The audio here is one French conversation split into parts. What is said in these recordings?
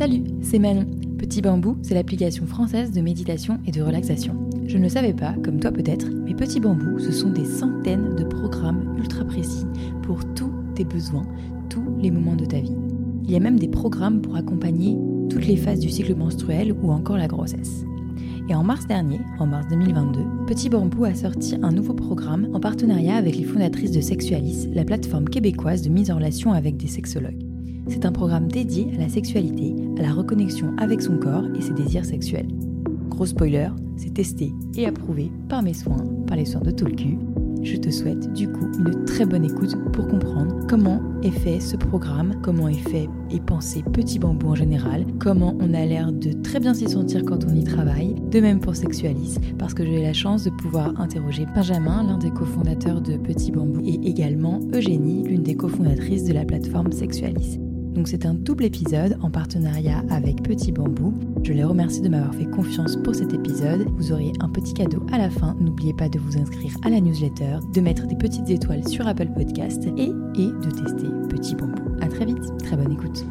Salut, c'est Manon. Petit Bambou, c'est l'application française de méditation et de relaxation. Je ne le savais pas, comme toi peut-être, mais Petit Bambou, ce sont des centaines de programmes ultra précis pour tous tes besoins, tous les moments de ta vie. Il y a même des programmes pour accompagner toutes les phases du cycle menstruel ou encore la grossesse. Et en mars dernier, en mars 2022, Petit Bambou a sorti un nouveau programme en partenariat avec les fondatrices de Sexualis, la plateforme québécoise de mise en relation avec des sexologues. C'est un programme dédié à la sexualité, à la reconnexion avec son corps et ses désirs sexuels. Gros spoiler, c'est testé et approuvé par mes soins, par les soins de tout le cul. Je te souhaite du coup une très bonne écoute pour comprendre comment est fait ce programme, comment est fait et pensé Petit Bambou en général, comment on a l'air de très bien s'y sentir quand on y travaille, de même pour Sexualis, parce que j'ai eu la chance de pouvoir interroger Benjamin, l'un des cofondateurs de Petit Bambou, et également Eugénie, l'une des cofondatrices de la plateforme Sexualis. Donc c'est un double épisode en partenariat avec Petit Bambou. Je les remercie de m'avoir fait confiance pour cet épisode. Vous aurez un petit cadeau à la fin. N'oubliez pas de vous inscrire à la newsletter, de mettre des petites étoiles sur Apple Podcast et de tester Petit Bambou. À très vite, très bonne écoute.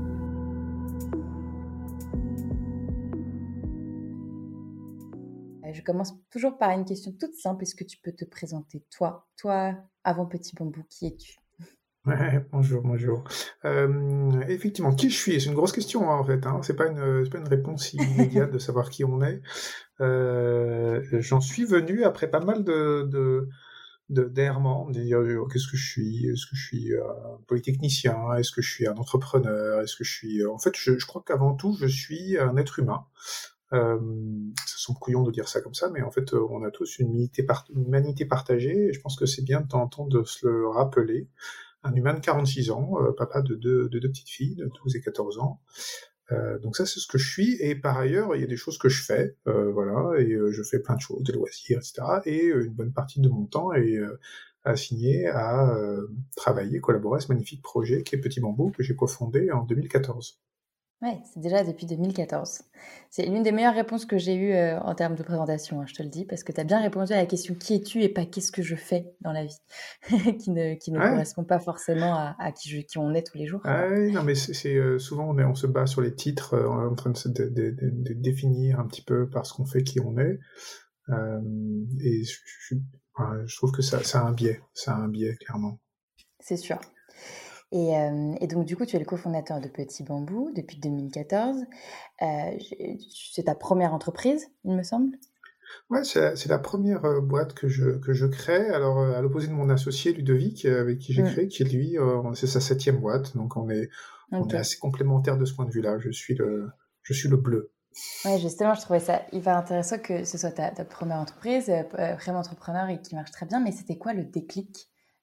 Je commence toujours par une question toute simple. Est-ce que tu peux te présenter toi, avant Petit Bambou, qui es-tu ? Ouais, bonjour. Effectivement, qui je suis? C'est une grosse question, hein, en fait. Hein. C'est pas une réponse immédiate de savoir qui on est. J'en suis venu après pas mal d'errements, de dire qu'est-ce que je suis? Est-ce que je suis un polytechnicien? Est-ce que je suis un entrepreneur? Est-ce que je suis... En fait, je crois qu'avant tout, je suis un être humain. Ça semble couillon de dire ça comme ça, mais en fait, on a tous une humanité partagée, et je pense que c'est bien de temps en temps de se le rappeler. Un humain de 46 ans, papa de deux petites filles de 12 et 14 ans. Donc ça, c'est ce que je suis. Et par ailleurs, il y a des choses que je fais, voilà, et je fais plein de choses, des loisirs, etc. Et une bonne partie de mon temps est assigné à travailler, collaborer à ce magnifique projet qui est Petit Bambou, que j'ai cofondé en 2014. Ouais, c'est déjà depuis 2014. C'est l'une des meilleures réponses que j'ai eues en termes de présentation, hein, je te le dis, parce que tu as bien répondu à la question qui es-tu et pas qu'est-ce que je fais dans la vie, qui ne correspond pas forcément à qui on est tous les jours. Non, mais c'est souvent on se bat sur les titres, on est en train de se définir un petit peu par ce qu'on fait, qui on est, et je trouve que ça a un biais clairement. C'est sûr. Et donc, du coup, tu es le cofondateur de Petit Bambou depuis 2014. C'est ta première entreprise, il me semble ? Ouais, c'est la première boîte que je crée. Alors, à l'opposé de mon associé Ludovic, avec qui j'ai créé, qui lui, c'est sa 7e boîte. Donc, on est assez complémentaires de ce point de vue-là. Je suis le bleu. Ouais, justement, je trouvais ça hyper intéressant que ce soit ta première entreprise, vraiment entrepreneur et qui marche très bien. Mais c'était quoi le déclic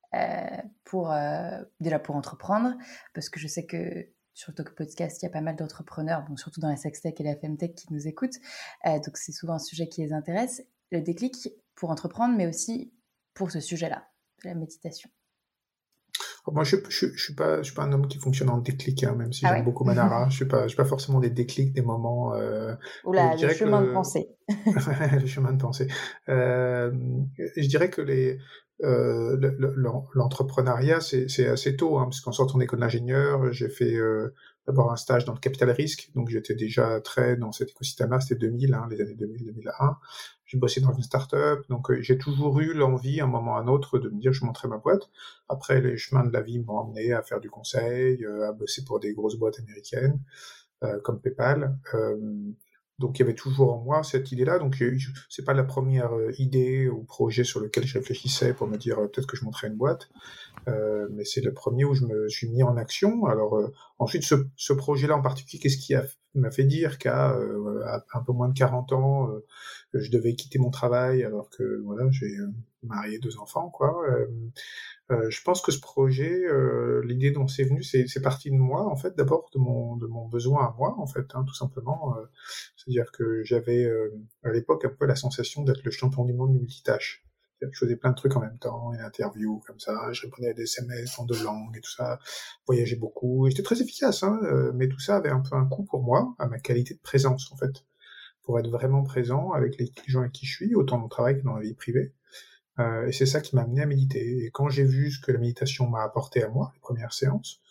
déjà pour entreprendre, parce que je sais que sur ton podcast, il y a pas mal d'entrepreneurs, bon, surtout dans la sextech et la femtech qui nous écoutent, donc c'est souvent un sujet qui les intéresse. Le déclic pour entreprendre, mais aussi pour ce sujet-là, la méditation. Moi, je suis pas un homme qui fonctionne en déclic, hein, même si j'aime beaucoup Manara. Je suis pas forcément des déclics, des moments. Oula, le chemin de pensée. Le chemin de pensée. Je dirais que l'entrepreneuriat, c'est assez tôt, hein, parce qu'en sortant d'école d'ingénieur, j'ai fait d'abord un stage dans le capital risque, donc j'étais déjà très dans cet écosystème-là, c'était 2000, hein, les années 2000-2001. J'ai bossé dans une start-up, donc j'ai toujours eu l'envie, à un moment ou à un autre, de me dire je monterai ma boîte. Après, les chemins de la vie m'ont amené à faire du conseil, à bosser pour des grosses boîtes américaines, comme PayPal. Donc il y avait toujours en moi cette idée-là. Donc c'est pas la première idée ou projet sur lequel je réfléchissais pour me dire peut-être que je monterais une boîte, mais c'est le premier où je me suis mis en action. Alors ensuite ce projet-là en particulier, qu'est-ce qui m'a fait dire qu'à un peu moins de 40 ans, je devais quitter mon travail alors que voilà, j'ai marié 2 enfants, quoi. Je pense que ce projet, l'idée dont c'est venu, c'est parti de moi, en fait, d'abord de mon besoin à moi, en fait, hein, tout simplement. C'est-à-dire que j'avais à l'époque un peu la sensation d'être le champion du monde du multitâche. C'est-à-dire que je faisais plein de trucs en même temps, une interview comme ça, je répondais à des SMS en 2 langues et tout ça, voyageais beaucoup, et j'étais très efficace, hein, mais tout ça avait un peu un coût pour moi, à ma qualité de présence, en fait, pour être vraiment présent avec les gens avec qui je suis, autant dans le travail que dans la vie privée. Et c'est ça qui m'a amené à méditer. Et quand j'ai vu ce que la méditation m'a apporté à moi, les premières séances,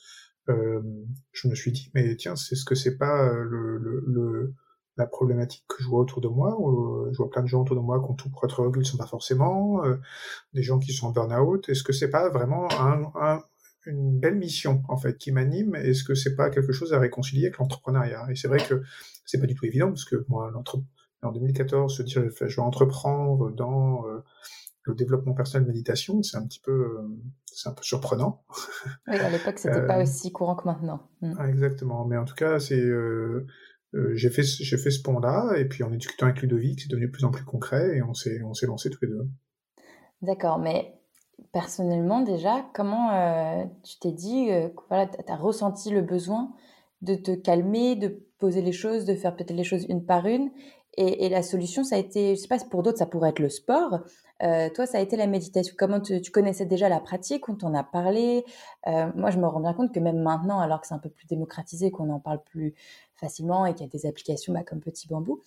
je me suis dit, mais tiens, c'est pas la problématique que je vois autour de moi, où je vois plein de gens autour de moi qui ont tout pour être heureux, ils ne sont pas forcément, des gens qui sont en burn-out. Est-ce que c'est pas vraiment une belle mission, en fait, qui m'anime? Est-ce que c'est pas quelque chose à réconcilier avec l'entrepreneuriat? Et c'est vrai que c'est pas du tout évident, parce que moi, en 2014, se dire, je vais entreprendre dans le développement personnel méditation, c'est un peu surprenant. Oui, à l'époque, c'était pas aussi courant que maintenant. Exactement. Mais en tout cas, j'ai fait ce pont-là, et puis en discutant avec Ludovic, c'est devenu de plus en plus concret, et on s'est lancés tous les deux. D'accord, mais personnellement déjà, comment tu t'es dit, voilà, tu as ressenti le besoin de te calmer, de poser les choses, de faire peut-être les choses une par une, et la solution, ça a été, je sais pas, pour d'autres, ça pourrait être le sport. Toi, ça a été la méditation. Comment tu connaissais déjà la pratique, on t'en a parlé? Moi, je me rends bien compte que même maintenant, alors que c'est un peu plus démocratisé, qu'on en parle plus facilement et qu'il y a des applications comme Petit Bambou,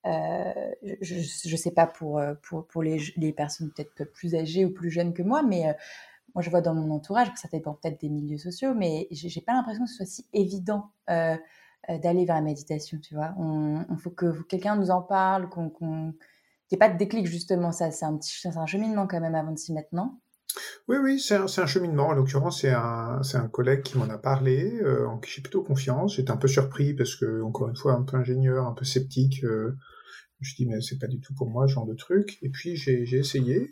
je sais pas pour les personnes peut-être plus âgées ou plus jeunes que moi, mais moi je vois dans mon entourage, que ça dépend peut-être des milieux sociaux, mais j'ai pas l'impression que ce soit si évident d'aller vers la méditation, tu vois. On faut que quelqu'un nous en parle, qu'il n'y ait pas de déclic justement. Ça, c'est un cheminement quand même avant de s'y mettre, non? Oui, oui, c'est un cheminement. En l'occurrence, c'est un collègue qui m'en a parlé, en qui j'ai plutôt confiance. J'étais un peu surpris parce que, encore une fois, un peu ingénieur, un peu sceptique. Je me suis dit, mais c'est pas du tout pour moi, ce genre de truc. Et puis, j'ai essayé.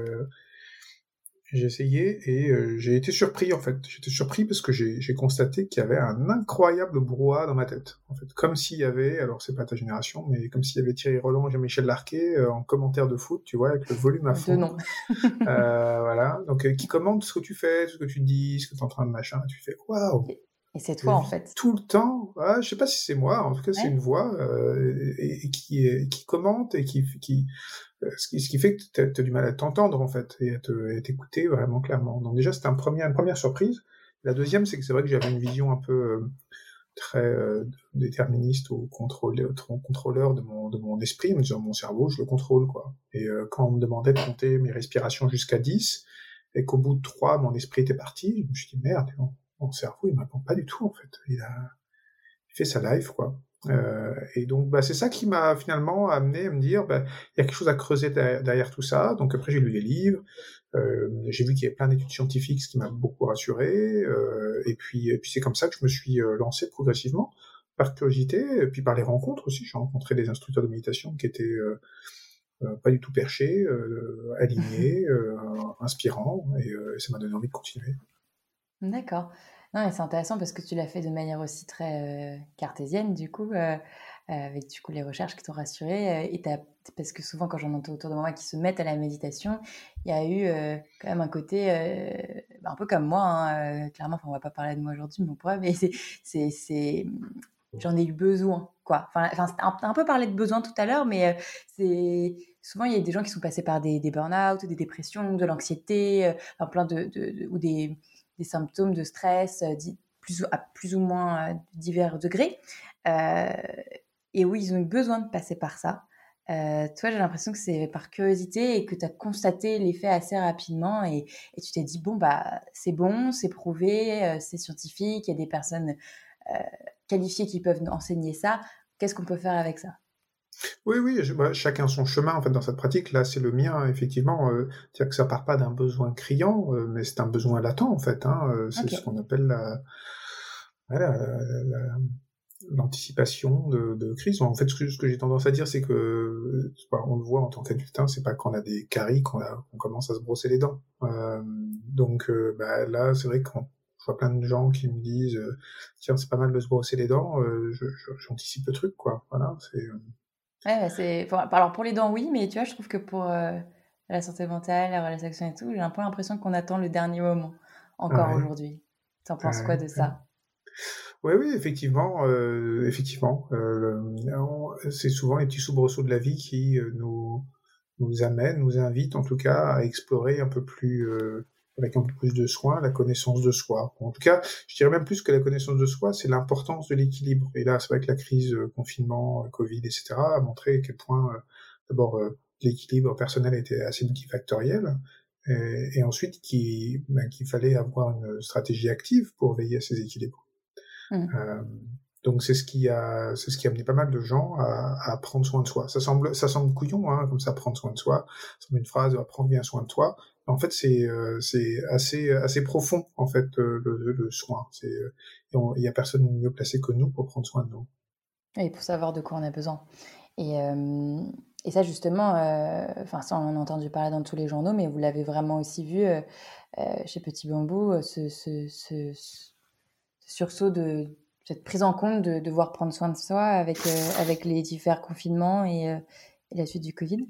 J'ai essayé et j'ai été surpris, en fait. J'étais surpris parce que j'ai constaté qu'il y avait un incroyable brouhaha dans ma tête. En fait, comme s'il y avait, alors c'est pas ta génération, mais comme s'il y avait Thierry Roland et Jean-Michel Larquet en commentaire de foot, tu vois, avec le volume à Deux fond. noms. Voilà, donc qui commande ce que tu fais, ce que tu dis, ce que tu es en train de machin, tu fais waouh. Et c'est toi en fait. Tout le temps, je sais pas si c'est moi, en tout cas c'est une voix et qui commente et ce qui fait que tu as du mal à t'entendre en fait et à t'écouter vraiment clairement. Donc déjà c'était une première surprise. La deuxième, c'est que c'est vrai que j'avais une vision un peu très déterministe ou contrôleur de mon esprit, me disant mon cerveau, je le contrôle quoi. Et quand on me demandait de compter mes respirations jusqu'à 10 et qu'au bout de 3 mon esprit était parti, je me suis dit merde, mon cerveau il m'attend pas du tout en fait. Il fait sa life quoi. Et donc c'est ça qui m'a finalement amené à me dire il y a quelque chose à creuser derrière tout ça. Donc après j'ai lu des livres, j'ai vu qu'il y avait plein d'études scientifiques, ce qui m'a beaucoup rassuré. Et puis c'est comme ça que je me suis lancé progressivement par curiosité, et puis par les rencontres aussi. J'ai rencontré des instructeurs de méditation qui étaient pas du tout perchés, alignés, inspirants, et ça m'a donné envie de continuer. D'accord. Non, mais c'est intéressant parce que tu l'as fait de manière aussi très cartésienne, du coup, avec du coup les recherches qui t'ont rassuré. Parce que souvent, quand j'en entends autour de moi qui se mettent à la méditation, il y a eu quand même un côté un peu comme moi, hein, clairement. Enfin, on va pas parler de moi aujourd'hui, mais on pourrait. Mais j'en ai eu besoin, quoi. Enfin, c'était un peu parlé de besoin tout à l'heure, mais c'est souvent il y a des gens qui sont passés par des burn-out, des dépressions, de l'anxiété, enfin, plein ou des symptômes de stress à plus ou moins divers degrés, et où ils ont eu besoin de passer par ça. Toi, j'ai l'impression que c'est par curiosité et que tu as constaté l'effet assez rapidement, et tu t'es dit, bon, c'est bon, c'est prouvé, c'est scientifique, il y a des personnes qualifiées qui peuvent nous enseigner ça. Qu'est-ce qu'on peut faire avec ça? Oui, oui, chacun son chemin en fait dans cette pratique. Là, c'est le mien, effectivement. C'est-à-dire que ça part pas d'un besoin criant, mais c'est un besoin latent en fait. C'est ce qu'on appelle l'anticipation de crise. En fait, ce que j'ai tendance à dire, c'est que on le voit en tant qu'adulte, c'est pas quand on a des caries qu'on commence à se brosser les dents. Donc là, c'est vrai que quand je vois plein de gens qui me disent tiens, c'est pas mal de se brosser les dents, j'anticipe le truc, quoi. Voilà, c'est Ouais, alors pour les dents, oui, mais tu vois, je trouve que pour la santé mentale, la relaxation et tout, j'ai un peu l'impression qu'on attend le dernier moment, encore ouais, aujourd'hui. T'en penses quoi ouais, de ouais. ça? Oui, oui, effectivement, c'est souvent les petits soubresauts de la vie qui nous amènent, nous invitent en tout cas à explorer un peu plus, avec un peu plus de soin, la connaissance de soi. En tout cas, je dirais même plus que la connaissance de soi, c'est l'importance de l'équilibre. Et là, c'est vrai que la crise, confinement, Covid, etc., a montré à quel point, d'abord, l'équilibre personnel était assez multifactoriel, et ensuite qu'il fallait avoir une stratégie active pour veiller à ces équilibres. Donc c'est ce qui a amené pas mal de gens à prendre soin de soi. Ça semble couillon, hein, comme ça, prendre soin de soi. Ça semble une phrase, prendre bien soin de toi. En fait, c'est assez profond, en fait, le soin. Il y a personne mieux placé que nous pour prendre soin de nous. Et pour savoir de quoi on a besoin. Et ça, justement, ça, on en a entendu parler dans tous les journaux, mais vous l'avez vraiment aussi vu chez Petit Bambou, ce sursaut de cette prise en compte de devoir prendre soin de soi avec les divers confinements et la suite du Covid.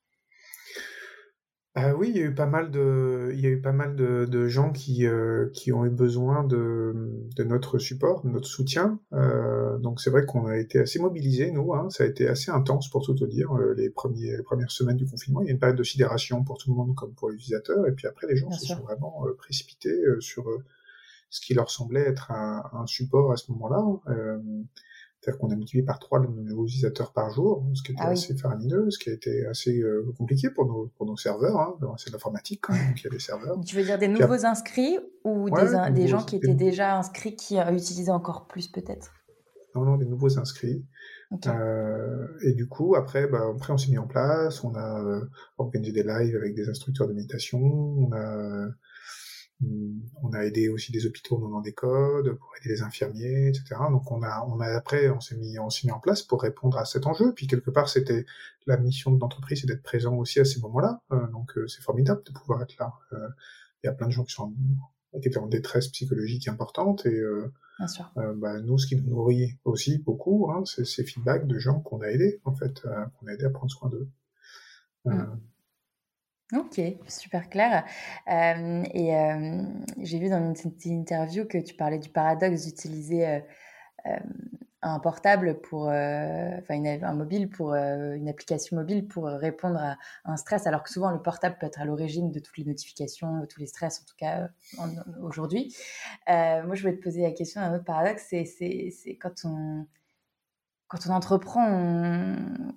Oui, il y a eu pas mal de gens qui ont eu besoin de notre support, de notre soutien. Donc c'est vrai qu'on a été assez mobilisés, nous, hein. Ça a été assez intense, pour tout te dire, les premières semaines du confinement. Il y a une période de sidération pour tout le monde, comme pour les utilisateurs. Et puis après, les gens se sont vraiment précipités sur ce qui leur semblait être un support à ce moment-là. C'est-à-dire qu'on a multiplié par 3 le nouveaux utilisateurs par jour, ce qui était assez faramineux, ce qui a été assez compliqué pour nos serveurs. Hein. C'est de l'informatique quand même, donc il y a des serveurs. Tu veux dire des nouveaux inscrits ou des gens qui étaient déjà inscrits qui utilisaient encore plus peut-être? Non, des nouveaux inscrits. Okay. Et du coup, après on s'est mis en place, on a organisé des lives avec des instructeurs de méditation, on a aidé aussi des hôpitaux en donnant des codes pour aider les infirmiers, etc. Donc on s'est mis en place pour répondre à cet enjeu. Puis quelque part, c'était la mission de l'entreprise, c'est d'être présent aussi à ces moments-là. Donc c'est formidable de pouvoir être là. Il y a plein de gens qui étaient en détresse psychologique importante et nous, ce qui nous nourrit aussi beaucoup, hein, c'est ces feedbacks de gens qu'on a aidés en fait, qu'on a aidés à prendre soin d'eux. Ok, super clair. J'ai vu dans une interview que tu parlais du paradoxe d'utiliser un portable un mobile pour une application mobile pour répondre à un stress, alors que souvent le portable peut être à l'origine de toutes les notifications, de tous les stress, en tout cas aujourd'hui. Moi, je voulais te poser la question d'un autre paradoxe, c'est quand on entreprend,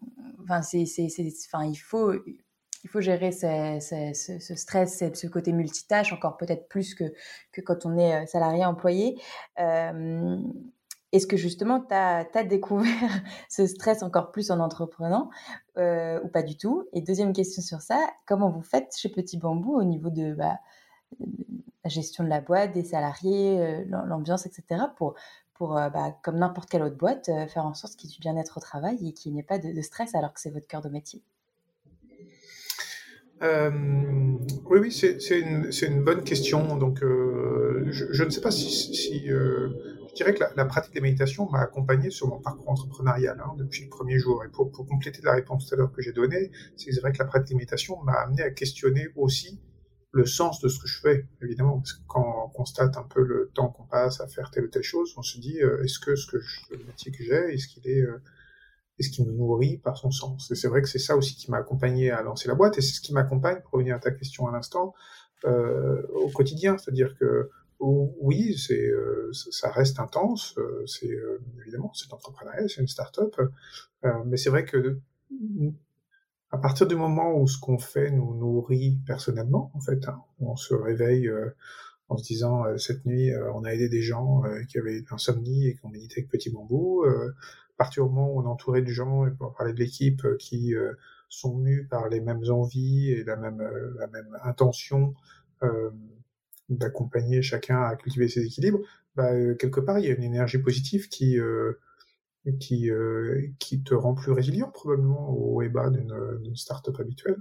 il faut gérer ce stress, ce côté multitâche, encore peut-être plus que quand on est salarié employé. Est-ce que justement, tu as découvert ce stress encore plus en entreprenant ou pas du tout? Et deuxième question sur ça, comment vous faites chez Petit Bambou au niveau de la gestion de la boîte, des salariés, l'ambiance, etc. pour comme n'importe quelle autre boîte, faire en sorte qu'il y ait du bien-être au travail et qu'il n'y ait pas de stress alors que c'est votre cœur de métier? Oui, c'est une bonne question. Donc, je ne sais pas si je dirais que la pratique des méditations m'a accompagné sur mon parcours entrepreneurial depuis le premier jour. Et pour compléter la réponse tout à l'heure que j'ai donnée, c'est vrai que la pratique des méditations m'a amené à questionner aussi le sens de ce que je fais, évidemment, parce que quand on constate un peu le temps qu'on passe à faire telle ou telle chose, on se dit est-ce que le métier que j'ai, est-ce qu'il me nourrit par son sens? Et c'est vrai que c'est ça aussi qui m'a accompagné à lancer la boîte, et c'est ce qui m'accompagne, pour revenir à ta question à l'instant, au quotidien. C'est-à-dire que oui, ça reste intense, évidemment, c'est l'entrepreneuriat, c'est une start-up, mais c'est vrai que à partir du moment où ce qu'on fait nous nourrit personnellement, en fait, on se réveille en se disant cette nuit, on a aidé des gens qui avaient de l'insomnie et qui ont médité avec Petit Bambou. À partir du moment où on est entouré de gens, et pour parler de l'équipe, qui sont mus par les mêmes envies et la même intention d'accompagner chacun à cultiver ses équilibres, quelque part il y a une énergie positive qui te rend plus résilient probablement au bas d'une start-up habituelle.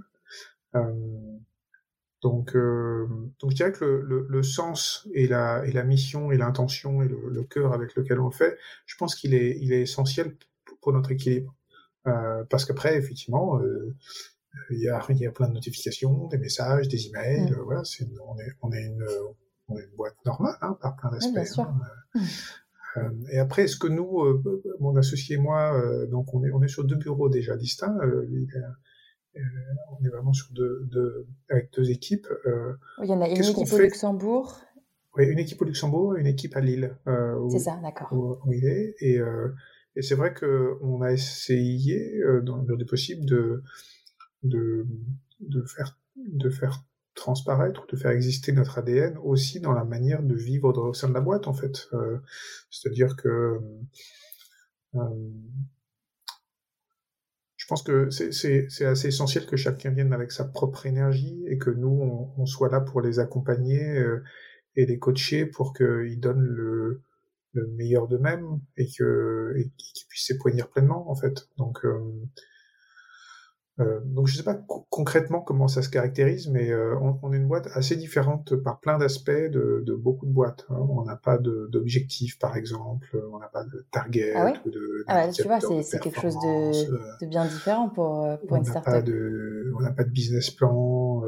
Donc je dirais que le sens et la mission et l'intention et le cœur avec lequel on le fait, je pense qu'il est essentiel pour notre équilibre. Parce qu'après, effectivement, il y a plein de notifications, des messages, des emails. Voilà, on est une boîte normale par plein d'aspects. Bien sûr. Et après, est-ce que nous, mon associé et moi, donc on est sur 2 bureaux déjà distincts. On est vraiment sur avec 2 équipes. Il y en a une équipe au Luxembourg. Oui, une équipe au Luxembourg et une équipe à Lille. C'est ça, d'accord. Où il est. Et c'est vrai qu'on a essayé, dans le possible, de faire transparaître, de faire exister notre ADN aussi dans la manière de vivre au sein de la boîte, en fait. C'est-à-dire que je pense que c'est assez essentiel que chacun vienne avec sa propre énergie et que nous, on soit là pour les accompagner et les coacher pour qu'ils donnent le meilleur d'eux-mêmes et qu'ils puissent s'épanouir pleinement, en fait. Donc je sais pas concrètement comment ça se caractérise, mais on est une boîte assez différente par plein d'aspects de beaucoup de boîtes. Hein. On n'a pas d'objectif, par exemple, on n'a pas de target Ah oui? ou Ah bah, tu vois, d'indicateur de c'est quelque chose performance. de bien différent pour On une n'a pas start-up. on n'a pas de business plan.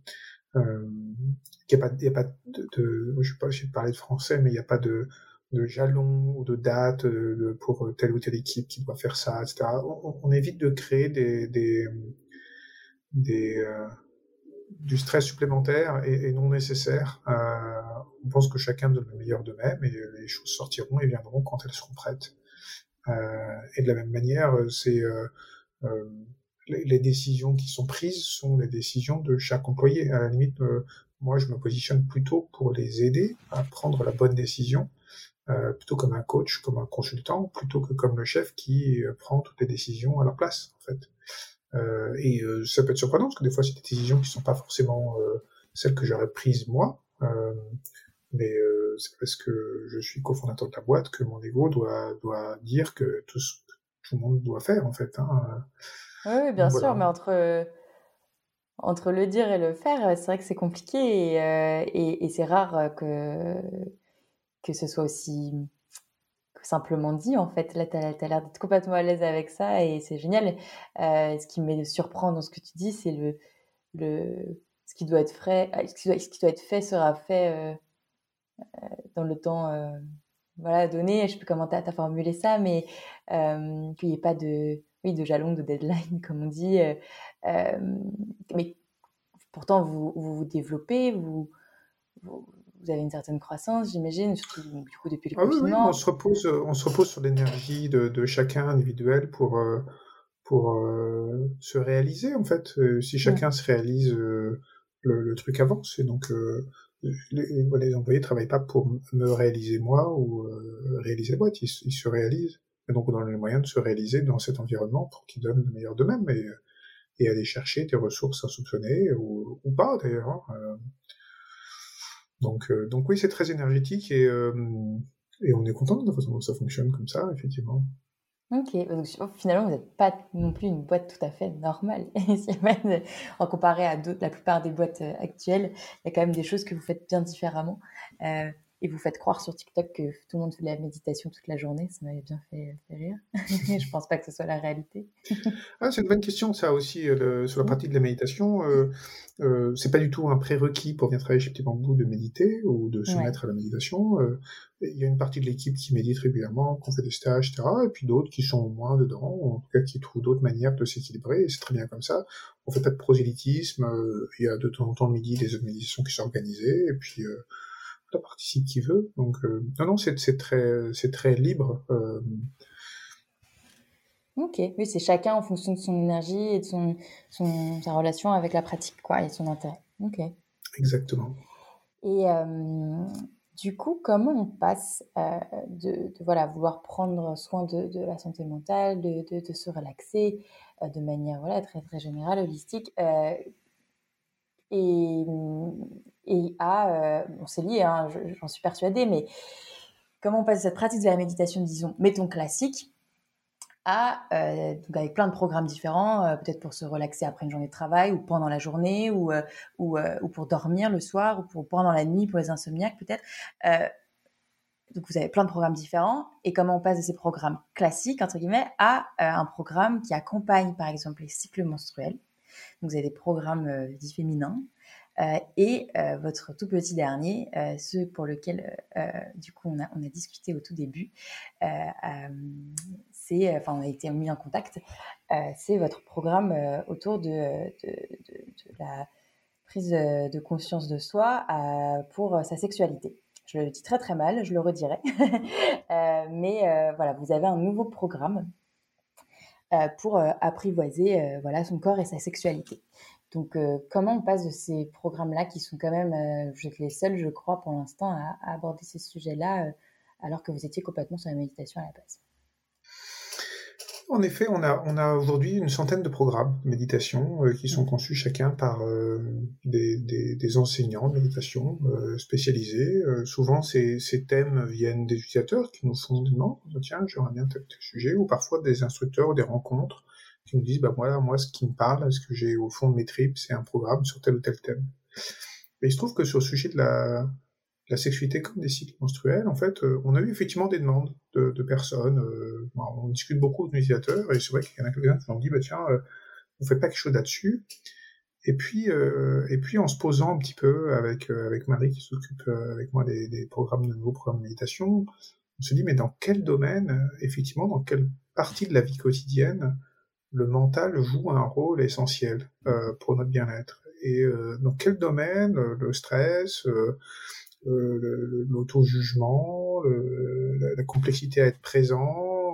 Il y a pas je sais pas, j'ai parlé de français, mais il n'y a pas de jalon ou de date pour telle ou telle équipe qui doit faire ça, etc. On évite de créer des du stress supplémentaire et non nécessaire. On pense que chacun donne le meilleur d'eux-mêmes et les choses sortiront et viendront quand elles seront prêtes. Et de la même manière, euh, les décisions qui sont prises sont les décisions de chaque employé. À la limite, moi, je me positionne plutôt pour les aider à prendre la bonne décision, plutôt comme un coach, comme un consultant, plutôt que comme le chef qui prend toutes les décisions à leur place, en fait. Ça peut être surprenant parce que des fois c'est des décisions qui sont pas forcément celles que j'aurais prises moi, mais c'est parce que je suis cofondateur de la boîte que mon ego doit dire que tout le monde doit faire, en fait. Hein. Oui, bien Donc sûr, voilà. mais entre le dire et le faire, c'est vrai que c'est compliqué et c'est rare que ce soit aussi simplement dit, en fait. Là, t'as l'air d'être complètement à l'aise avec ça et c'est génial. Ce qui me surprend dans ce que tu dis, c'est ce qui doit être ce qui doit être fait sera fait dans le temps voilà, donné. Je sais plus comment t'as formulé ça, mais qu'il n'y ait pas de jalon, de deadline, comme on dit. Euh, mais pourtant, vous développez, vous avez une certaine croissance, j'imagine, surtout du coup depuis le Ah oui, oui, confinement. on se repose sur l'énergie de chacun individuel pour se réaliser, en fait. Si Mm. chacun se réalise, le truc avance. Et donc, les employés travaillent pas pour me réaliser moi ou réaliser la boîte, ils se réalisent. Et donc, on donne les moyens de se réaliser dans cet environnement pour qu'ils donnent le meilleur d'eux-mêmes et aller chercher des ressources insoupçonnées ou pas, d'ailleurs. Hein. Donc oui, c'est très énergétique et on est content de la façon dont ça fonctionne comme ça, effectivement. Ok, donc finalement, vous n'êtes pas non plus une boîte tout à fait normale. En comparé à la plupart des boîtes actuelles, il y a quand même des choses que vous faites bien différemment. Euh, et vous faites croire sur TikTok que tout le monde fait de la méditation toute la journée. Ça m'avait bien fait rire. Je pense pas que ce soit la réalité. Ah, c'est une bonne question, ça aussi, sur la Mm. partie de la méditation. C'est pas du tout un prérequis pour venir travailler chez Petit Bambou de méditer ou de se Ouais. mettre à la méditation. Il y a une partie de l'équipe qui médite régulièrement, qu'on fait des stages, etc. Et puis d'autres qui sont moins dedans, ou en tout cas qui trouvent d'autres manières de s'équilibrer, et c'est très bien comme ça. On fait pas de prosélytisme, il y a de temps en temps le midi des autres méditations qui sont organisées, et puis on participe qui veut. Donc non, c'est très libre. Ok, oui, c'est chacun en fonction de son énergie et de sa relation avec la pratique, quoi, et son intérêt. Ok. Exactement. Et du coup, comment on passe voilà, vouloir prendre soin de la santé mentale, de se relaxer de manière voilà, très, très générale, holistique, et, bon, c'est lié, hein, j'en suis persuadée, mais comment on passe de cette pratique de la méditation, disons, mettons classique, donc avec plein de programmes différents, peut-être pour se relaxer après une journée de travail ou pendant la journée ou pour dormir le soir ou pendant la nuit pour les insomniaques peut-être. Donc vous avez plein de programmes différents et comment on passe de ces programmes classiques entre guillemets à un programme qui accompagne par exemple les cycles menstruels. Donc vous avez des programmes dits féminins et votre tout petit dernier, ce pour lequel du coup on a discuté au tout début, on a été mis en contact, c'est votre programme autour de la prise de conscience de soi pour sa sexualité. Je le dis très très mal, je le redirai. Mais voilà, vous avez un nouveau programme pour apprivoiser voilà, son corps et sa sexualité. Donc, comment on passe de ces programmes-là qui sont quand même, vous êtes les seuls, je crois, pour l'instant, à aborder ces sujets-là, alors que vous étiez complètement sur la méditation à la base? En effet, on a aujourd'hui une centaine de programmes de méditation qui sont conçus chacun par des enseignants de méditation spécialisés. Souvent, ces thèmes viennent des utilisateurs qui nous font des demandes. Tiens, j'aimerais bien tel sujet, ou parfois des instructeurs ou des rencontres qui nous disent, voilà, moi, ce qui me parle, ce que j'ai au fond de mes tripes, c'est un programme sur tel ou tel thème. Et il se trouve que sur le sujet de la sexualité comme des cycles menstruels, en fait, on a eu effectivement des demandes de personnes. On discute beaucoup aux utilisateurs, et c'est vrai qu'il y en a quelques-uns qui nous ont dit, tiens, on fait pas quelque chose là-dessus. Et puis, en se posant un petit peu avec Marie qui s'occupe avec moi des programmes de nouveaux programmes de méditation, on se dit, mais dans quel domaine, effectivement, dans quelle partie de la vie quotidienne, le mental joue un rôle essentiel pour notre bien-être. Et dans quel domaine le stress, l'auto-jugement, la complexité à être présent,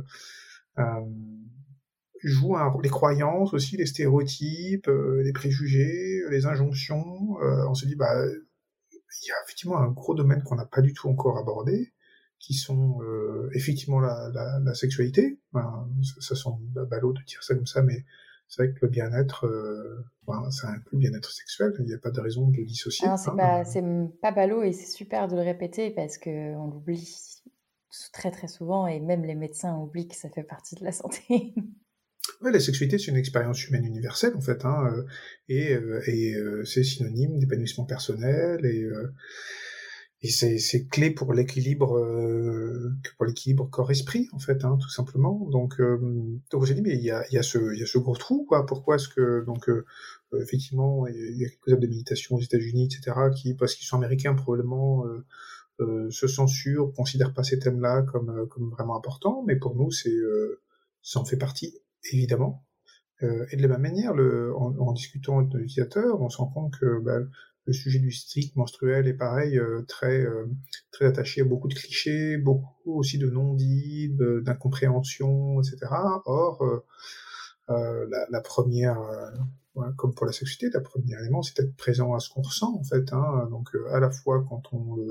joue un rôle, les croyances aussi, les stéréotypes, les préjugés, les injonctions. On se dit, il y a effectivement un gros domaine qu'on n'a pas du tout encore abordé, qui sont effectivement la sexualité. Ça semble ballot de dire ça comme ça, mais c'est vrai que le bien-être, ça inclut le bien-être sexuel. Il n'y a pas de raison de le dissocier. Ah non, c'est pas ballot, et c'est super de le répéter parce qu'on l'oublie très très souvent, et même les médecins oublient que ça fait partie de la santé. Ouais, la sexualité, c'est une expérience humaine universelle, en fait, et c'est synonyme d'épanouissement personnel, et c'est clé pour l'équilibre corps-esprit, en fait, tout simplement. Donc on s'est dit, mais il y a ce gros trou, quoi. Pourquoi est-ce que effectivement, il y a quelques apps de méditation aux États-Unis, etc., qui, parce qu'ils sont américains, probablement se censurent, considèrent pas ces thèmes-là comme vraiment importants, mais pour nous, ça en fait partie, évidemment. Et de la même manière, en discutant avec nos utilisateurs, on se rend compte que le sujet du cycle menstruel est pareil, très attaché à beaucoup de clichés, beaucoup aussi de non-dits, d'incompréhension, etc. Or, la première, comme pour la sexualité, la première élément, c'est d'être présent à ce qu'on ressent, en fait. Donc, à la fois quand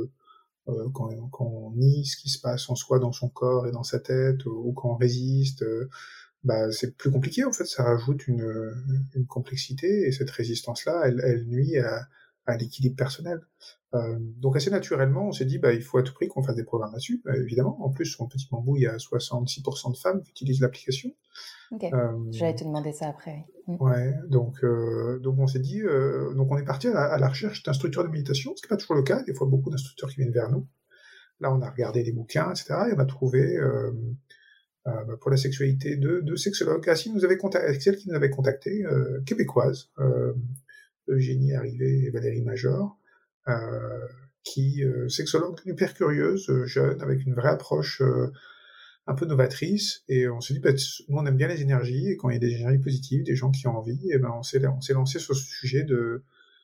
on nie ce qui se passe en soi, dans son corps et dans sa tête, ou quand on résiste, c'est plus compliqué, en fait. Ça rajoute une complexité, et cette résistance-là, elle nuit à l'équilibre personnel. Donc assez naturellement, on s'est dit, il faut à tout prix qu'on fasse des programmes là-dessus, évidemment. En plus, sur mon Petit Bambou, il y a 66% de femmes qui utilisent l'application. Ok, j'allais te demander ça après. Oui. Ouais, donc on s'est dit, donc on est parti à la recherche d'instructeurs de méditation, ce qui n'est pas toujours le cas. Des fois, beaucoup d'instructeurs qui viennent vers nous. Là, on a regardé les bouquins, etc., et on a trouvé pour la sexualité deux sexologues. Axel qui nous avait contacté, québécoises, Eugénie Arrivé et Valérie Major, qui sexologues hyper curieuses, jeunes, avec une vraie approche un peu novatrice, et on s'est dit, nous on aime bien les énergies, et quand il y a des énergies positives, des gens qui ont envie, et on s'est lancé sur ce sujet de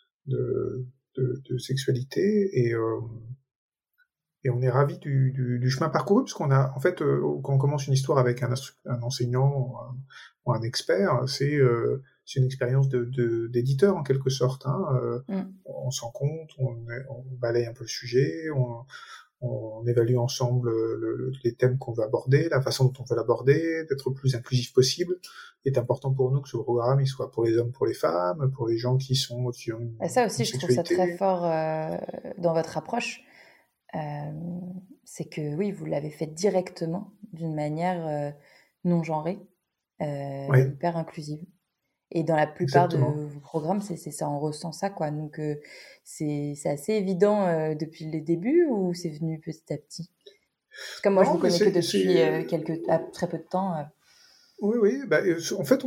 sexualité, et on est ravis du chemin parcouru, parce qu'on a, en fait, quand on commence une histoire avec un enseignant ou un expert, c'est une expérience d'éditeur, en quelque sorte. On s'en compte, on balaye un peu le sujet, on évalue ensemble les thèmes qu'on veut aborder, la façon dont on veut l'aborder, d'être le plus inclusif possible. Il est important pour nous que ce programme il soit pour les hommes, pour les femmes, pour les gens qui ont ça aussi, je trouve ça très fort dans votre approche. C'est que oui, vous l'avez fait directement, d'une manière non genrée, hyper inclusive. Et dans la plupart de vos programmes, c'est ça, on ressent ça, quoi. Donc, c'est assez évident depuis les débuts, ou c'est venu petit à petit? Parce que moi, je vous connais que depuis très peu de temps. Oui. En fait,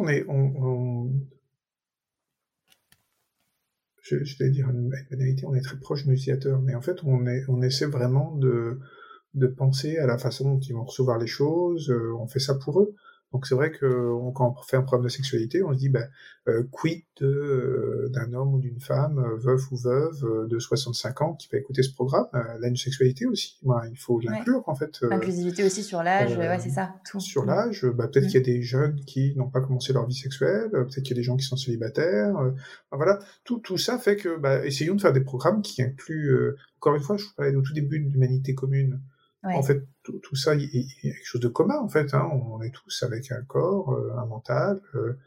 je vais dire une banalité, on est très proche de nos utilisateurs, mais en fait, on essaie vraiment de penser à la façon dont ils vont recevoir les choses, on fait ça pour eux. Donc c'est vrai que quand on fait un programme de sexualité, on se dit quid d'un homme ou d'une femme, veuf ou veuve, de 65 ans qui va écouter ce programme. Elle a une sexualité aussi. Il faut l'inclure en fait. L'inclusivité aussi sur l'âge, c'est ça. Sur l'âge, peut-être qu'il y a des jeunes qui n'ont pas commencé leur vie sexuelle, peut-être qu'il y a des gens qui sont célibataires. Voilà, tout ça fait que essayons de faire des programmes qui incluent. Encore une fois, je vous parlais au tout début de l'humanité commune. Ouais. En fait, tout ça, il y a quelque chose de commun, en fait. On est tous avec un corps, un mental,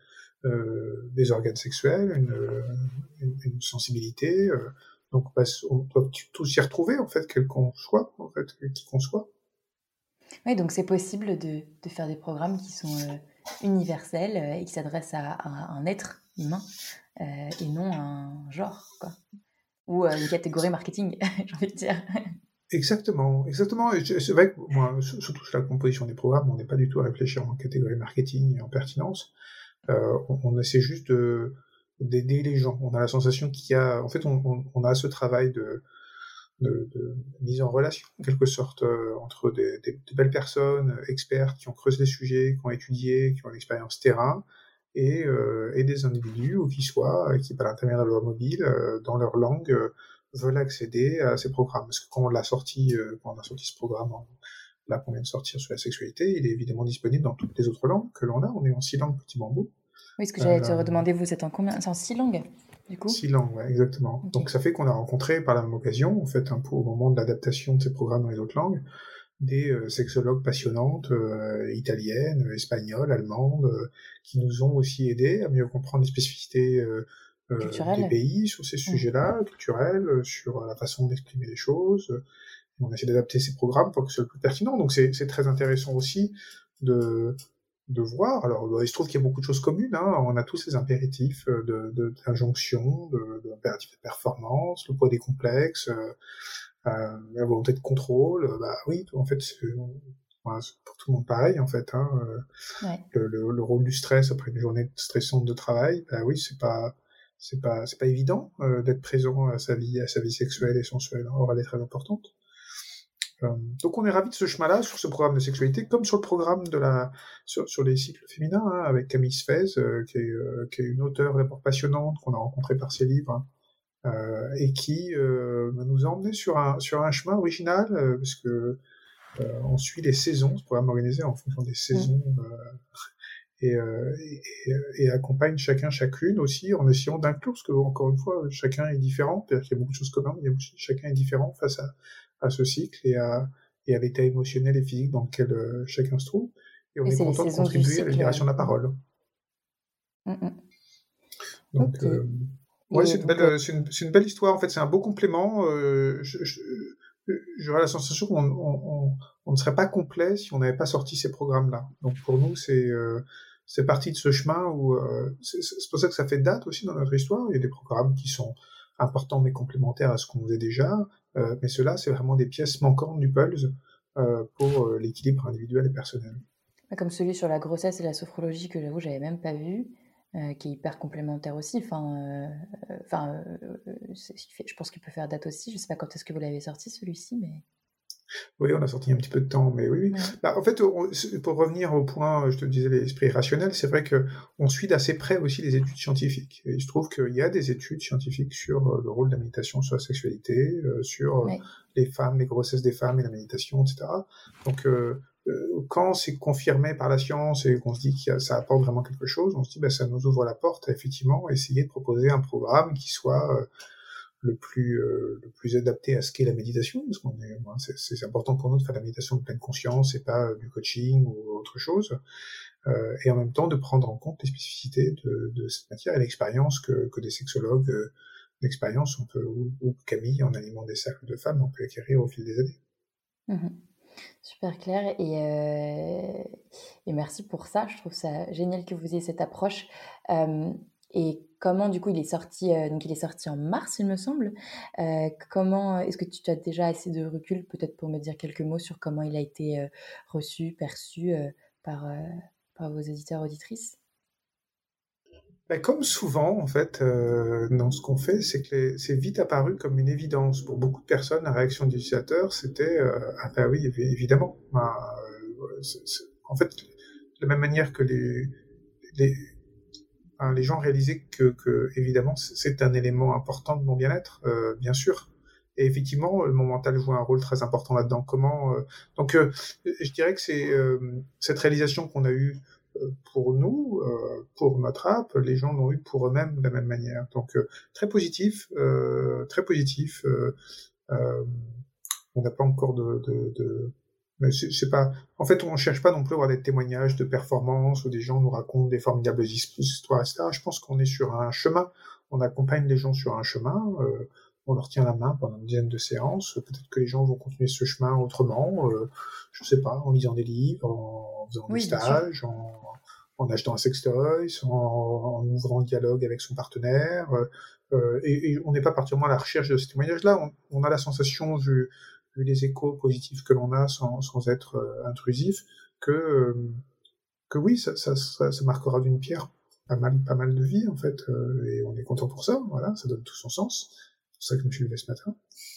des organes sexuels, une sensibilité. Donc, on doit tous s'y retrouver, en fait, quel qu'on soit, en fait, qui qu'on soit. Oui, donc c'est possible de faire des programmes qui sont universels et qui s'adressent à un être humain et non à un genre, quoi. Ou une catégorie marketing, j'ai envie de dire. Exactement. C'est vrai que moi, surtout sur la composition des programmes, on n'est pas du tout à réfléchir en catégorie marketing et en pertinence. On essaie juste d'aider les gens. On a la sensation qu'il y a, en fait, on a ce travail de mise en relation, en quelque sorte, entre de belles personnes, experts, qui ont creusé les sujets, qui ont étudié, qui ont l'expérience terrain, et des individus, où qu'ils soient, qui, par l'intermédiaire de leur mobile, dans leur langue, veulent accéder à ces programmes. Parce que quand on a sorti ce programme, là qu'on vient de sortir sur la sexualité, il est évidemment disponible dans toutes les autres langues que l'on a. On est en 6 langues, Petit Bambou. Oui, ce que j'allais te redemander, vous êtes en combien? C'est en 6 langues, du coup? 6 langues, ouais, exactement. Okay. Donc ça fait qu'on a rencontré par la même occasion, en fait, un peu au moment de l'adaptation de ces programmes dans les autres langues, des sexologues passionnantes, italiennes, espagnoles, allemandes, qui nous ont aussi aidés à mieux comprendre les spécificités des pays sur ces sujets-là, culturels, sur la façon d'exprimer les choses. On essaie d'adapter ces programmes pour que ce soit le plus pertinent. Donc c'est très intéressant aussi de voir. Alors il se trouve qu'il y a beaucoup de choses communes. On a tous ces impératifs d'injonction, d'impératifs de performance, le poids des complexes, la volonté de contrôle. Oui, en fait, c'est pour tout le monde pareil, en fait. Ouais. Le rôle du stress après une journée stressante de travail, oui, c'est pas évident d'être présent à sa vie sexuelle et sensuelle. Or, elle est très importante. Donc on est ravis de ce chemin-là, sur ce programme de sexualité, comme sur le programme sur les cycles féminins, avec Camille Sfez, qui est une auteure d'abord passionnante, qu'on a rencontrée par ses livres, et qui nous a emmenés sur un chemin original, parce que on suit les saisons, ce programme organisé en fonction des saisons, et accompagne chacune aussi, en essayant d'inclure, parce que, encore une fois, chacun est différent, c'est-à-dire qu'il y a beaucoup de choses communes, mais chacun est différent face à ce cycle et à l'état émotionnel et physique dans lequel chacun se trouve. Et on est content de contribuer à la libération de la parole. Donc, okay. Ouais, c'est une belle histoire. En fait, c'est un beau complément. J'aurais la sensation qu'on ne serait pas complet si on n'avait pas sorti ces programmes-là. Donc, pour nous, c'est parti de ce chemin où c'est pour ça que ça fait date aussi dans notre histoire. Il y a des programmes qui sont importants mais complémentaires à ce qu'on faisait déjà. Mais ceux-là, c'est vraiment des pièces manquantes du puzzle pour l'équilibre individuel et personnel. Comme celui sur la grossesse et la sophrologie que j'avoue, j'avais même pas vu, qui est hyper complémentaire aussi. Je pense qu'il peut faire date aussi. Je sais pas quand est-ce que vous l'avez sorti celui-ci, mais. Oui, on a sorti un petit peu de temps, mais oui. Ouais. En fait, pour revenir au point, je te disais, l'esprit rationnel, c'est vrai qu'on suit d'assez près aussi les études scientifiques. Et il se trouve qu'il y a des études scientifiques sur le rôle de la méditation sur la sexualité, sur les femmes, les grossesses des femmes et la méditation, etc. Donc, quand c'est confirmé par la science et qu'on se dit que ça apporte vraiment quelque chose, on se dit ça nous ouvre la porte à effectivement essayer de proposer un programme qui soit le plus adapté à ce qu'est la méditation, parce c'est important pour nous de faire la méditation de pleine conscience et pas du coaching ou autre chose, et en même temps de prendre en compte les spécificités de cette matière et l'expérience que des sexologues, l'expérience ou Camille, en animant des cercles de femmes, on peut acquérir au fil des années. Mmh. Super clair et merci pour ça. Je trouve ça génial que vous ayez cette approche. Et comment, du coup, il est sorti en mars, il me semble. Comment est-ce que tu as déjà assez de recul, peut-être pour me dire quelques mots sur comment il a été reçu, perçu par vos éditeurs, auditrices? Comme souvent, en fait, dans ce qu'on fait, c'est que c'est vite apparu comme une évidence. Pour beaucoup de personnes, la réaction des utilisateurs, c'était « Ah oui, évidemment ». En fait, la même manière que les, les gens réalisaient que évidemment c'est un élément important de mon bien-être, bien sûr. Et effectivement, mon mental joue un rôle très important là-dedans. Donc, je dirais que c'est cette réalisation qu'on a eue pour nous, pour notre app, les gens l'ont eu pour eux-mêmes de la même manière. Donc, très positif, très positif. On n'a pas encore mais c'est pas. En fait, on cherche pas non plus à avoir des témoignages de performance où des gens nous racontent des formidables histoires, etc. Je pense qu'on est sur un chemin. On accompagne les gens sur un chemin. On leur tient la main pendant une dizaine de séances. Peut-être que les gens vont continuer ce chemin autrement. Je sais pas, en lisant des livres, en faisant des stages, en achetant un sextoy, en ouvrant le dialogue avec son partenaire. Et on n'est pas particulièrement à la recherche de ces témoignages-là. On a la sensation, vu les échos positifs que l'on a sans être intrusif, que oui, ça marquera d'une pierre pas mal de vie, en fait, et on est content pour ça, voilà, ça donne tout son sens. C'est pour ça que je me suis levé ce matin.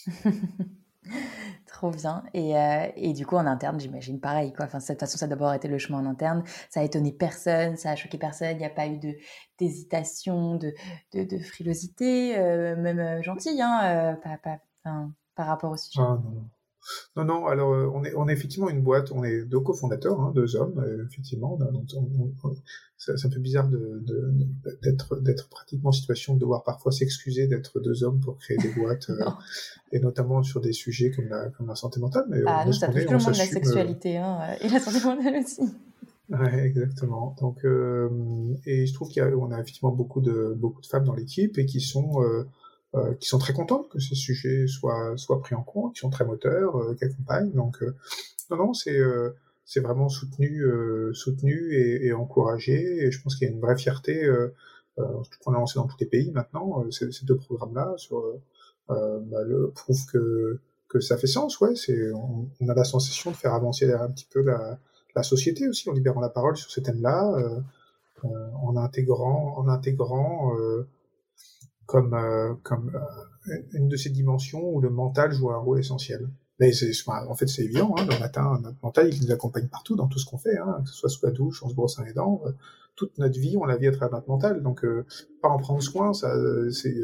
Trop bien. Et du coup, en interne, j'imagine pareil, quoi. Enfin, de toute façon, ça a d'abord été le chemin en interne. Ça a étonné personne, ça a choqué personne. Il n'y a pas eu d'hésitation, de frilosité, même gentille, hein, par rapport au sujet. Ah, non, alors on est effectivement une boîte, on est deux cofondateurs, hein, deux hommes, effectivement. Ça me fait bizarre d'être pratiquement en situation de devoir parfois s'excuser d'être deux hommes pour créer des boîtes, et notamment sur des sujets comme la santé mentale. Mais nous, ça touche tout le monde, la sexualité, et la santé mentale aussi. Ouais, exactement. Donc, et je trouve qu'on a effectivement beaucoup de femmes dans l'équipe et qui sont très contentes que ces sujets soient pris en compte, qui sont très moteurs, qui accompagnent. Donc, non, c'est vraiment soutenu et encouragé. Et je pense qu'il y a une vraie fierté. On a lancé dans tous les pays maintenant ces deux programmes-là prouve que ça fait sens. Ouais, on a la sensation de faire avancer un petit peu la société aussi en libérant la parole sur ces thèmes-là, en intégrant comme une de ces dimensions où le mental joue un rôle essentiel. Mais en fait, c'est évident, hein, le matin, notre mental, il nous accompagne partout dans tout ce qu'on fait, hein, que ce soit sous la douche, en se brossant les dents, toute notre vie, on la vit à travers notre mental. Donc, pas en prendre soin, c'est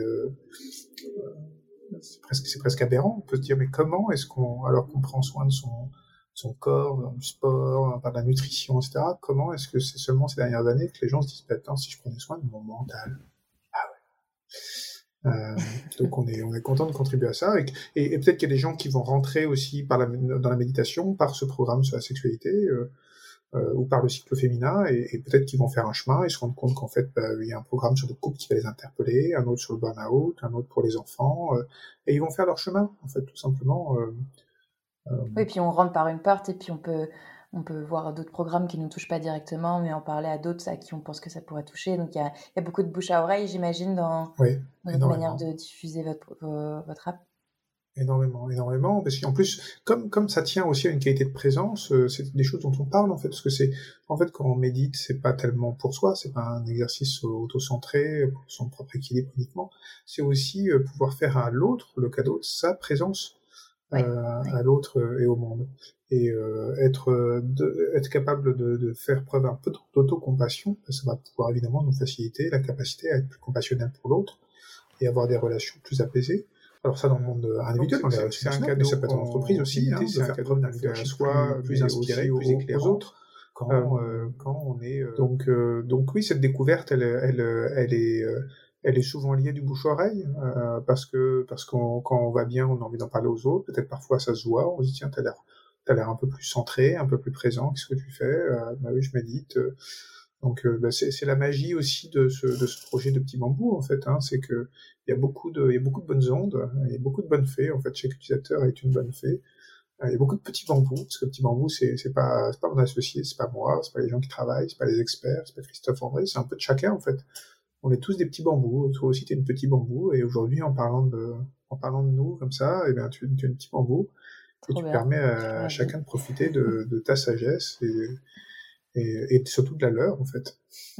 presque aberrant. On peut se dire, mais comment est-ce alors qu'on prend soin de son corps, dans du sport, par la nutrition, etc., comment est-ce que c'est seulement ces dernières années que les gens se disent, attends, si je prenais soin de mon mental? Donc on est content de contribuer à ça, et peut-être qu'il y a des gens qui vont rentrer aussi dans la méditation par ce programme sur la sexualité, ou par le cycle féminin, et peut-être qu'ils vont faire un chemin et se rendre compte qu'en fait il y a un programme sur le couple qui va les interpeller, un autre sur le burn-out, un autre pour les enfants, et ils vont faire leur chemin en fait, tout simplement. Oui, puis on rentre par une porte et puis on peut voir d'autres programmes qui ne nous touchent pas directement, mais en parler à d'autres à qui on pense que ça pourrait toucher. Donc, il y a beaucoup de bouche à oreille, j'imagine, dans votre manière de diffuser votre app. Énormément, parce qu'en plus, comme ça tient aussi à une qualité de présence, c'est des choses dont on parle, en fait, parce que en fait, quand on médite, c'est pas tellement pour soi, c'est pas un exercice auto-centré, pour son propre équilibre uniquement, c'est aussi pouvoir faire à l'autre, le cadeau de sa présence, à l'autre et au monde. Et être capable de faire preuve un peu d'autocompassion, ça va pouvoir évidemment nous faciliter la capacité à être plus compassionnel pour l'autre et avoir des relations plus apaisées. Alors ça, dans le monde individuel, c'est un cadeau, mais ça peut être en entreprise aussi, de faire preuve d'un leadership à soi, plus inspiré, plus éclairant aux autres. Quand on est donc oui, cette découverte, elle est souvent liée du bouche-oreille, parce que quand on va bien, on a envie d'en parler aux autres. Peut-être parfois ça se voit, on se dit tiens, t'as l'air un peu plus centré, un peu plus présent. Qu'est-ce que tu fais? Bah oui, je médite. Donc c'est la magie aussi de ce projet de Petit Bambou, en fait, hein, c'est que il y a beaucoup de bonnes ondes, il y a beaucoup de bonnes fées, en fait, chaque utilisateur est une bonne fée. Il y a beaucoup de petits bambous, parce que Petit Bambou, c'est pas mon associé, c'est pas moi, c'est pas les gens qui travaillent, c'est pas les experts, c'est pas Christophe André, c'est un peu de chacun, en fait. On est tous des petits bambous. Toi aussi, t'es une petit bambou, et aujourd'hui, en parlant de nous, comme ça, eh bien, tu es un petit bambou, et tu permets à chacun de profiter de ta sagesse, et surtout de la leur, en fait.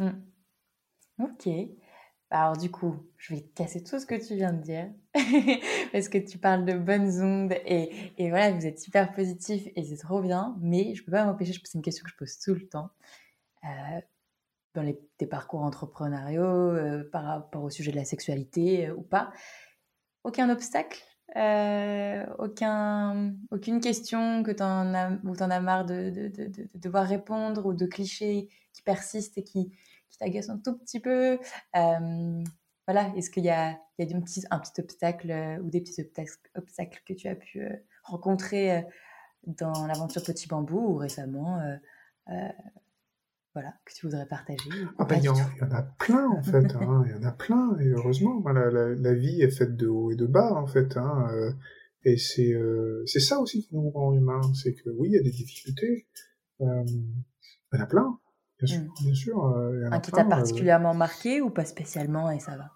Ok. Alors du coup, je vais casser tout ce que tu viens de dire, parce que tu parles de bonnes ondes, et voilà, vous êtes super positif, et c'est trop bien, mais je peux pas m'empêcher, c'est une question que je pose tout le temps. dans tes parcours entrepreneuriaux, par rapport au sujet de la sexualité ou pas. Aucun obstacle, aucune question où t'en as marre de devoir répondre, ou de clichés qui persistent et qui t'agacent un tout petit peu. Voilà, est-ce qu'il y a un petit obstacle ou des petits obstacles que tu as pu rencontrer dans l'aventure Petit Bambou ou récemment, voilà, que tu voudrais partager Il y en a plein en fait, hein, il y en a plein, et heureusement, la vie est faite de haut et de bas en fait, hein, et c'est ça aussi qui nous rend humains, c'est que oui, il y a des difficultés, il y en a plein, bien sûr. Il y en a un qui t'a particulièrement marqué ou pas spécialement et ça va?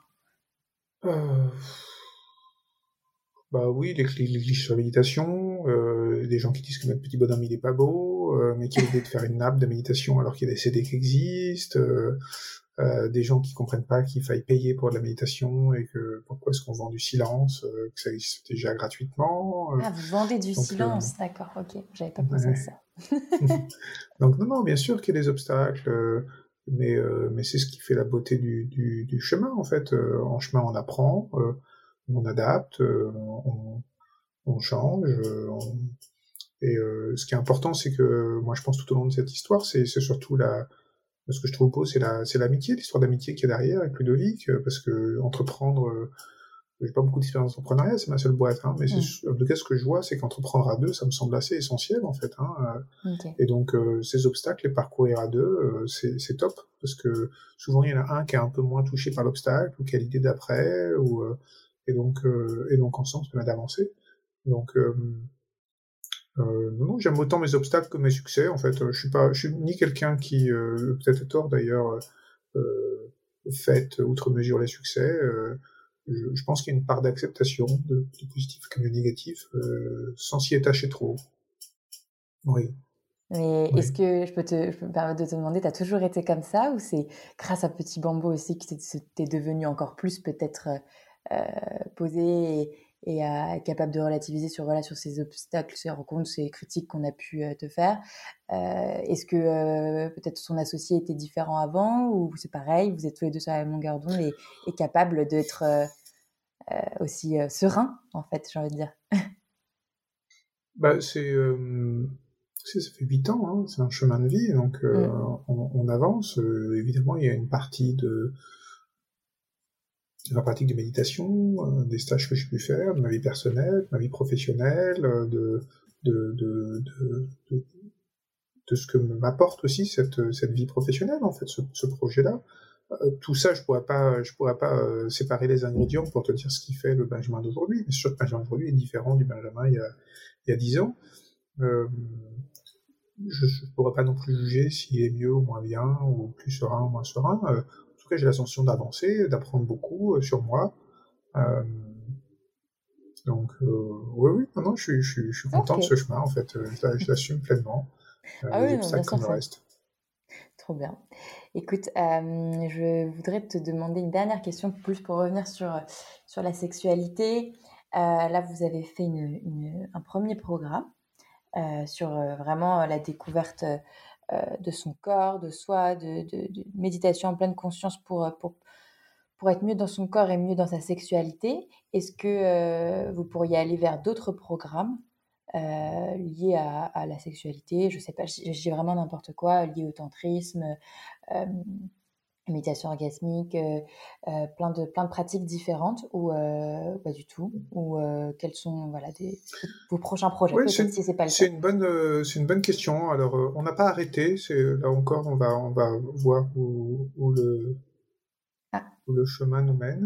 Bah oui, les clichés sur la méditation, des gens qui disent que notre petit bonhomme il est pas beau, mais qui a l'idée de faire une nappe de méditation alors qu'il y a des CD qui existent, des gens qui comprennent pas qu'il faille payer pour de la méditation et que pourquoi est-ce qu'on vend du silence, que ça existe déjà gratuitement. Ah, vous vendez du silence, d'accord, ok, j'avais pas pensé à ça. Donc non, bien sûr qu'il y a des obstacles, mais c'est ce qui fait la beauté du chemin en fait. En chemin, on apprend, on adapte, on change, et ce qui est important, c'est que moi je pense tout au long de cette histoire, c'est surtout ce que je trouve beau, c'est l'amitié, l'histoire d'amitié qui est derrière avec Ludovic, parce que entreprendre, j'ai pas beaucoup d'expérience d'entrepreneuriat, c'est ma seule boîte, hein, mais en tout cas ce que je vois, c'est qu'entreprendre à deux, ça me semble assez essentiel en fait, hein, et donc ces obstacles, les parcourir à deux, c'est top, parce que souvent il y en a un qui est un peu moins touché par l'obstacle, ou qui a l'idée d'après, et donc ensemble ça permet d'avancer. Donc non, j'aime autant mes obstacles que mes succès en fait. Je suis ni quelqu'un qui peut-être à tort d'ailleurs fête outre mesure les succès. Je pense qu'il y a une part d'acceptation du positif comme du négatif, sans s'y attacher trop. Oui. Mais est-ce que je peux me permettre de te demander, t'as toujours été comme ça, ou c'est grâce à Petit Bambou aussi que t'es devenu encore plus peut-être posé et capable de relativiser sur ces obstacles, ces rencontres, ces critiques qu'on a pu te faire? Est-ce que peut-être son associé était différent avant, ou c'est pareil, vous êtes tous les deux sur la même longueur d'onde et capable d'être aussi serein, en fait, j'ai envie de dire? Bah, ça fait 8 ans, hein, c'est un chemin de vie, donc on avance. Évidemment, il y a une partie de la pratique de méditation, des stages que j'ai pu faire, de ma vie personnelle, de ma vie professionnelle, de ce que m'apporte aussi cette vie professionnelle, en fait, ce projet-là. Tout ça, je pourrais pas séparer les ingrédients pour te dire ce qui fait le Benjamin d'aujourd'hui. Mais sûr que Benjamin d'aujourd'hui est différent du Benjamin il y a 10 ans. Je pourrais pas non plus juger s'il est mieux ou moins bien, ou plus serein ou moins serein. En tout cas, j'ai l'ascension d'avancer, d'apprendre beaucoup sur moi. Donc, oui, non, je suis content de ce chemin, en fait. Je l'assume pleinement. Les obstacles comme le reste. Trop bien. Écoute, je voudrais te demander une dernière question, plus pour revenir sur la sexualité. Là, vous avez fait un premier programme sur vraiment la découverte de son corps, de soi, de méditation en pleine conscience pour être mieux dans son corps et mieux dans sa sexualité. Est-ce que vous pourriez aller vers d'autres programmes liés à la sexualité? Je sais pas, je dis vraiment n'importe quoi, lié au tantrisme, méditation orgasmique, plein de pratiques différentes, ou pas du tout, ou quels sont vos prochains projets, peut-être, si c'est pas le cas? C'est une bonne question. Alors on n'a pas arrêté, là encore on va voir où le chemin nous mène.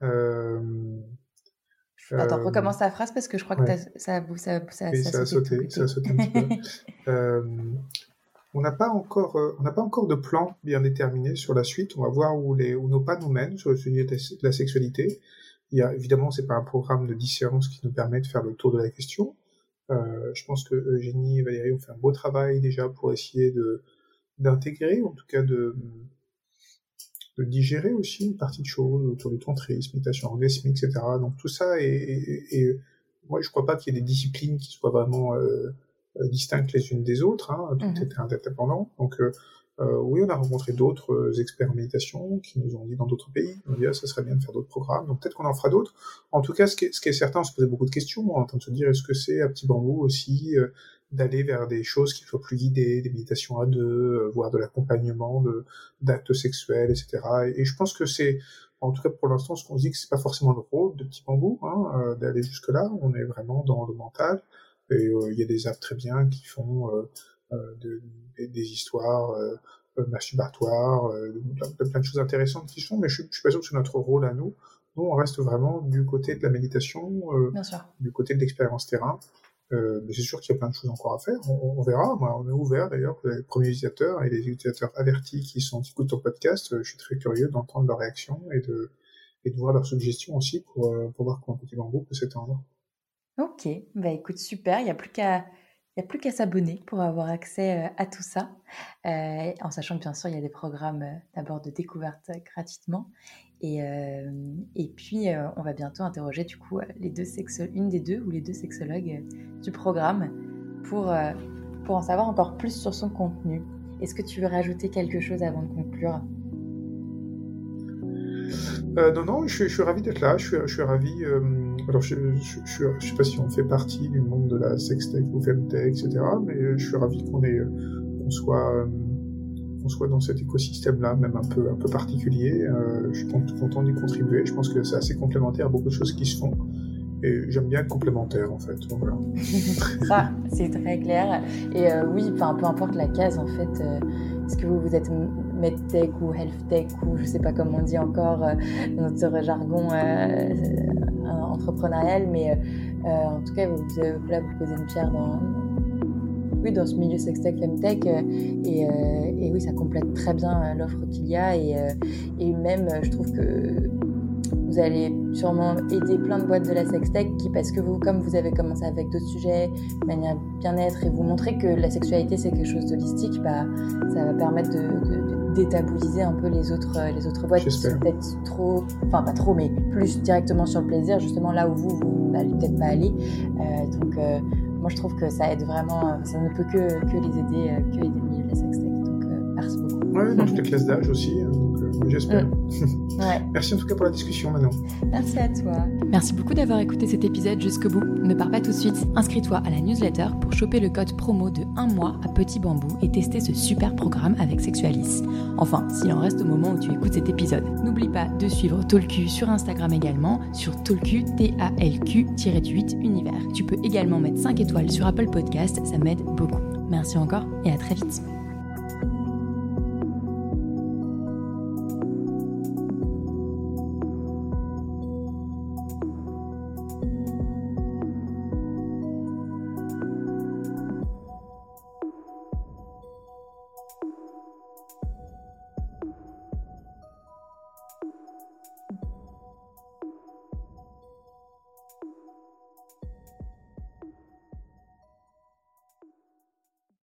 Attends, recommence ta phrase, parce que je crois que ça a sauté un petit peu. On n'a pas encore de plan bien déterminé sur la suite. On va voir où nos pas nous mènent sur le sujet de la sexualité. Évidemment, c'est pas un programme de 10 séances qui nous permet de faire le tour de la question. Je pense que Eugénie et Valérie ont fait un beau travail déjà pour essayer d'intégrer, en tout cas de digérer aussi une partie de choses autour du tantrisme, méditation orgasmique, etc. Donc tout ça et moi je crois pas qu'il y ait des disciplines qui soient vraiment distinctes les unes des autres, hein, tout est interdépendant. Donc Oui, on a rencontré d'autres experts en méditation qui nous ont dit dans d'autres pays, on dit ça serait bien de faire d'autres programmes, donc peut-être qu'on en fera d'autres. En tout cas, ce qui est certain, on se posait beaucoup de questions, en train de se dire est-ce que c'est à Petit Bambou aussi d'aller vers des choses qui soient plus guidées, des méditations à deux, voire de l'accompagnement d'actes sexuels, etc. Et je pense que c'est, en tout cas pour l'instant, ce qu'on se dit que c'est pas forcément le rôle de Petit Bambou, d'aller jusque-là. On est vraiment dans le mental, et il y a des apps très bien qui font des histoires masturbatoires, plein de choses intéressantes qui sont, mais je suis pas sûr que c'est notre rôle à nous. Nous, on reste vraiment du côté de la méditation, du côté de l'expérience terrain. Mais c'est sûr qu'il y a plein de choses encore à faire. On verra. Moi, on est ouvert d'ailleurs pour les premiers utilisateurs et les utilisateurs avertis qui écoutent ton podcast. Je suis très curieux d'entendre leurs réactions et de voir leurs suggestions aussi pour voir comment Petit Bambou peut s'étendre. Ok, bah écoute, super. Il n'y a plus qu'à s'abonner pour avoir accès à tout ça. En sachant que bien sûr, il y a des programmes d'abord de découverte gratuitement. Et puis, on va bientôt interroger du coup une des deux ou les deux sexologues du programme pour en savoir encore plus sur son contenu. Est-ce que tu veux rajouter quelque chose avant de conclure ? Non, je suis ravi d'être là. Je suis ravi. Alors, je sais pas si on fait partie du monde de la sextech ou femtech, etc. Mais je suis ravi qu'on soit dans cet écosystème-là, même un peu particulier. Je suis content d'y contribuer. Je pense que c'est assez complémentaire à beaucoup de choses qui se font. Et j'aime bien être complémentaire, en fait. Donc, voilà. Ça, c'est très clair. Et oui, peu importe la case, en fait. Est-ce que vous êtes medtech ou healthtech ou je sais pas comment on dit encore dans notre jargon entrepreneurial, mais en tout cas, vous posez une pierre dans ce milieu sextech, femtech, et oui, ça complète très bien l'offre qu'il y a, et même, je trouve que vous allez sûrement aider plein de boîtes de la sextech qui, parce que comme vous avez commencé avec d'autres sujets, de manière bien-être, et vous montrer que la sexualité c'est quelque chose d'holistique, bah, ça va permettre de détabouiser un peu les autres boîtes qui sont peut-être trop, enfin pas trop, mais plus directement sur le plaisir, justement là où vous n'allez peut-être pas aller. Donc moi je trouve que ça aide vraiment, ça ne peut que les aider, le milieu de la sextech. Donc merci beaucoup. Ouais, dans toutes les classes d'âge aussi, donc j'espère. Ouais. Merci en tout cas pour la discussion, Manon. Merci à toi. Merci beaucoup d'avoir écouté cet épisode jusqu'au bout. Ne pars pas tout de suite, inscris-toi à la newsletter pour choper le code promo de 1 mois à Petit Bambou et tester ce super programme avec Sexualis. Enfin, s'il en reste au moment où tu écoutes cet épisode. N'oublie pas de suivre Talku sur Instagram également, sur Talku, TALQ-8 univers. Tu peux également mettre 5 étoiles sur Apple Podcast, ça m'aide beaucoup. Merci encore et à très vite.